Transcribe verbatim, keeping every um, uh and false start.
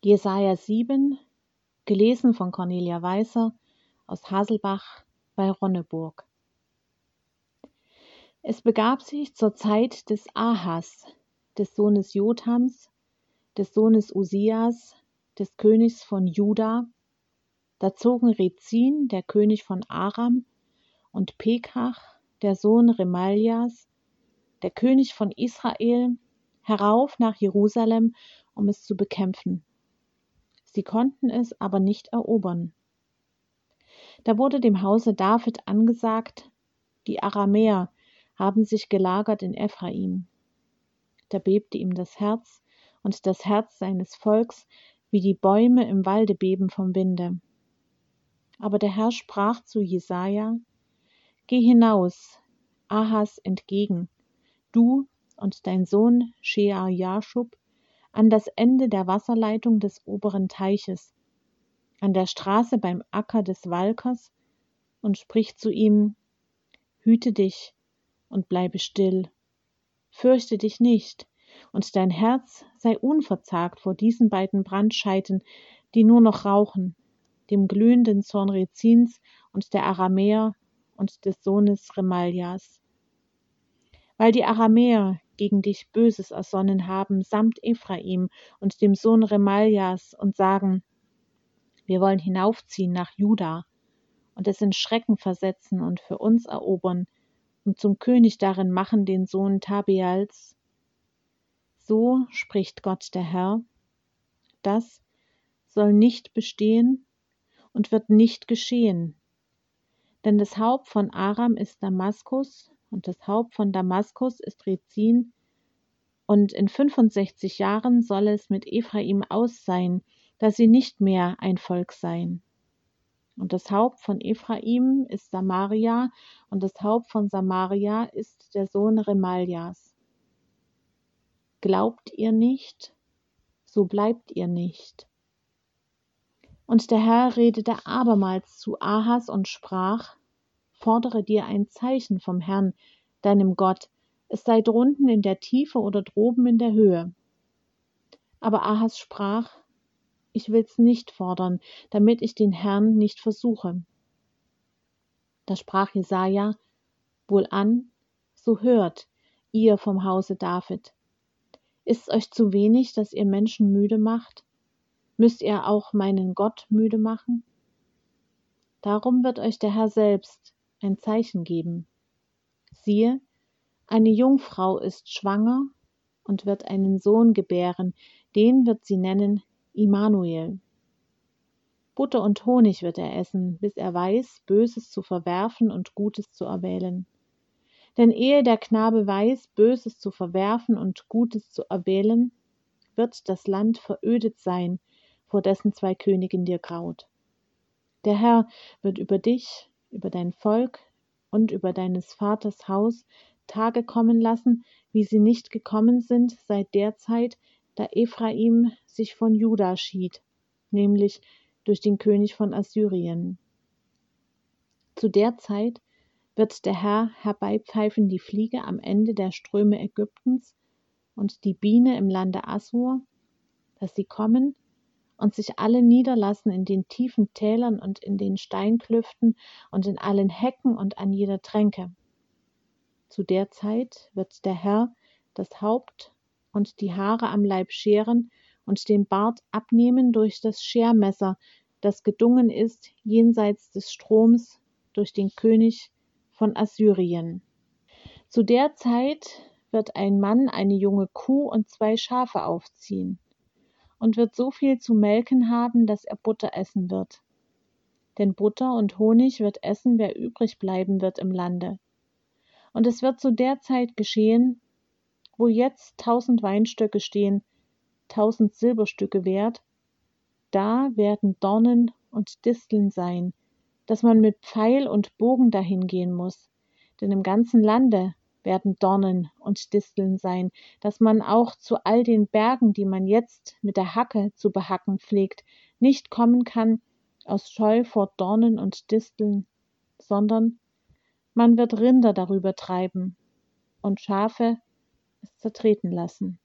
Jesaja sieben, gelesen von Cornelia Weißer aus Haselbach bei Ronneburg. Es begab sich zur Zeit des Ahas, des Sohnes Jothams, des Sohnes Usias, des Königs von Juda, da zogen Rezin, der König von Aram, und Pekach, der Sohn Remaljas, der König von Israel, herauf nach Jerusalem, um es zu bekämpfen. Sie konnten es aber nicht erobern. Da wurde dem Hause David angesagt, die Aramäer haben sich gelagert in Ephraim. Da bebte ihm das Herz und das Herz seines Volks, wie die Bäume im Walde beben vom Winde. Aber der Herr sprach zu Jesaja: Geh hinaus, Ahas entgegen, du und dein Sohn Shear-Jaschub, an das Ende der Wasserleitung des oberen Teiches, an der Straße beim Acker des Walkers, und sprich zu ihm: Hüte dich und bleibe still, fürchte dich nicht, und dein Herz sei unverzagt vor diesen beiden Brandscheiten, die nur noch rauchen, dem glühenden Zorn Rezins und der Aramäer und des Sohnes Remaljas. Weil die Aramäer gegen dich Böses ersonnen haben, samt Ephraim und dem Sohn Remaljas, und sagen: Wir wollen hinaufziehen nach Juda und es in Schrecken versetzen und für uns erobern und zum König darin machen den Sohn Tabeals. So spricht Gott der Herr: Das soll nicht bestehen und wird nicht geschehen. Denn das Haupt von Aram ist Damaskus und das Haupt von Damaskus ist Rezin, und in fünfundsechzig Jahren soll es mit Ephraim aus sein, dass sie nicht mehr ein Volk seien. Und das Haupt von Ephraim ist Samaria, und das Haupt von Samaria ist der Sohn Remaljas. Glaubt ihr nicht, so bleibt ihr nicht. Und der Herr redete abermals zu Ahas und sprach: Fordere dir ein Zeichen vom Herrn, deinem Gott, es sei drunten in der Tiefe oder droben in der Höhe. Aber Ahas sprach: Ich will's nicht fordern, damit ich den Herrn nicht versuche. Da sprach Jesaja: Wohlan, so hört, ihr vom Hause David. Ist's euch zu wenig, dass ihr Menschen müde macht? Müsst ihr auch meinen Gott müde machen? Darum wird euch der Herr selbst ein Zeichen geben. Siehe, eine Jungfrau ist schwanger und wird einen Sohn gebären, den wird sie nennen Immanuel. Butter und Honig wird er essen, bis er weiß, Böses zu verwerfen und Gutes zu erwählen. Denn ehe der Knabe weiß, Böses zu verwerfen und Gutes zu erwählen, wird das Land verödet sein, vor dessen zwei Königen dir graut. Der Herr wird über dich, über dein Volk und über deines Vaters Haus Tage kommen lassen, wie sie nicht gekommen sind seit der Zeit, da Ephraim sich von Juda schied, nämlich durch den König von Assyrien. Zu der Zeit wird der Herr herbeipfeifen die Fliege am Ende der Ströme Ägyptens und die Biene im Lande Assur, dass sie kommen und sich alle niederlassen in den tiefen Tälern und in den Steinklüften und in allen Hecken und an jeder Tränke. Zu der Zeit wird der Herr das Haupt und die Haare am Leib scheren und den Bart abnehmen durch das Schermesser, das gedungen ist jenseits des Stroms durch den König von Assyrien. Zu der Zeit wird ein Mann eine junge Kuh und zwei Schafe aufziehen und wird so viel zu melken haben, dass er Butter essen wird. Denn Butter und Honig wird essen, wer übrig bleiben wird im Lande. Und es wird zu der Zeit geschehen, wo jetzt tausend Weinstöcke stehen, tausend Silberstücke wert, da werden Dornen und Disteln sein, dass man mit Pfeil und Bogen dahin gehen muss. Denn im ganzen Lande werden Dornen und Disteln sein, dass man auch zu all den Bergen, die man jetzt mit der Hacke zu behacken pflegt, nicht kommen kann aus Scheu vor Dornen und Disteln, sondern man wird Rinder darüber treiben und Schafe es zertreten lassen.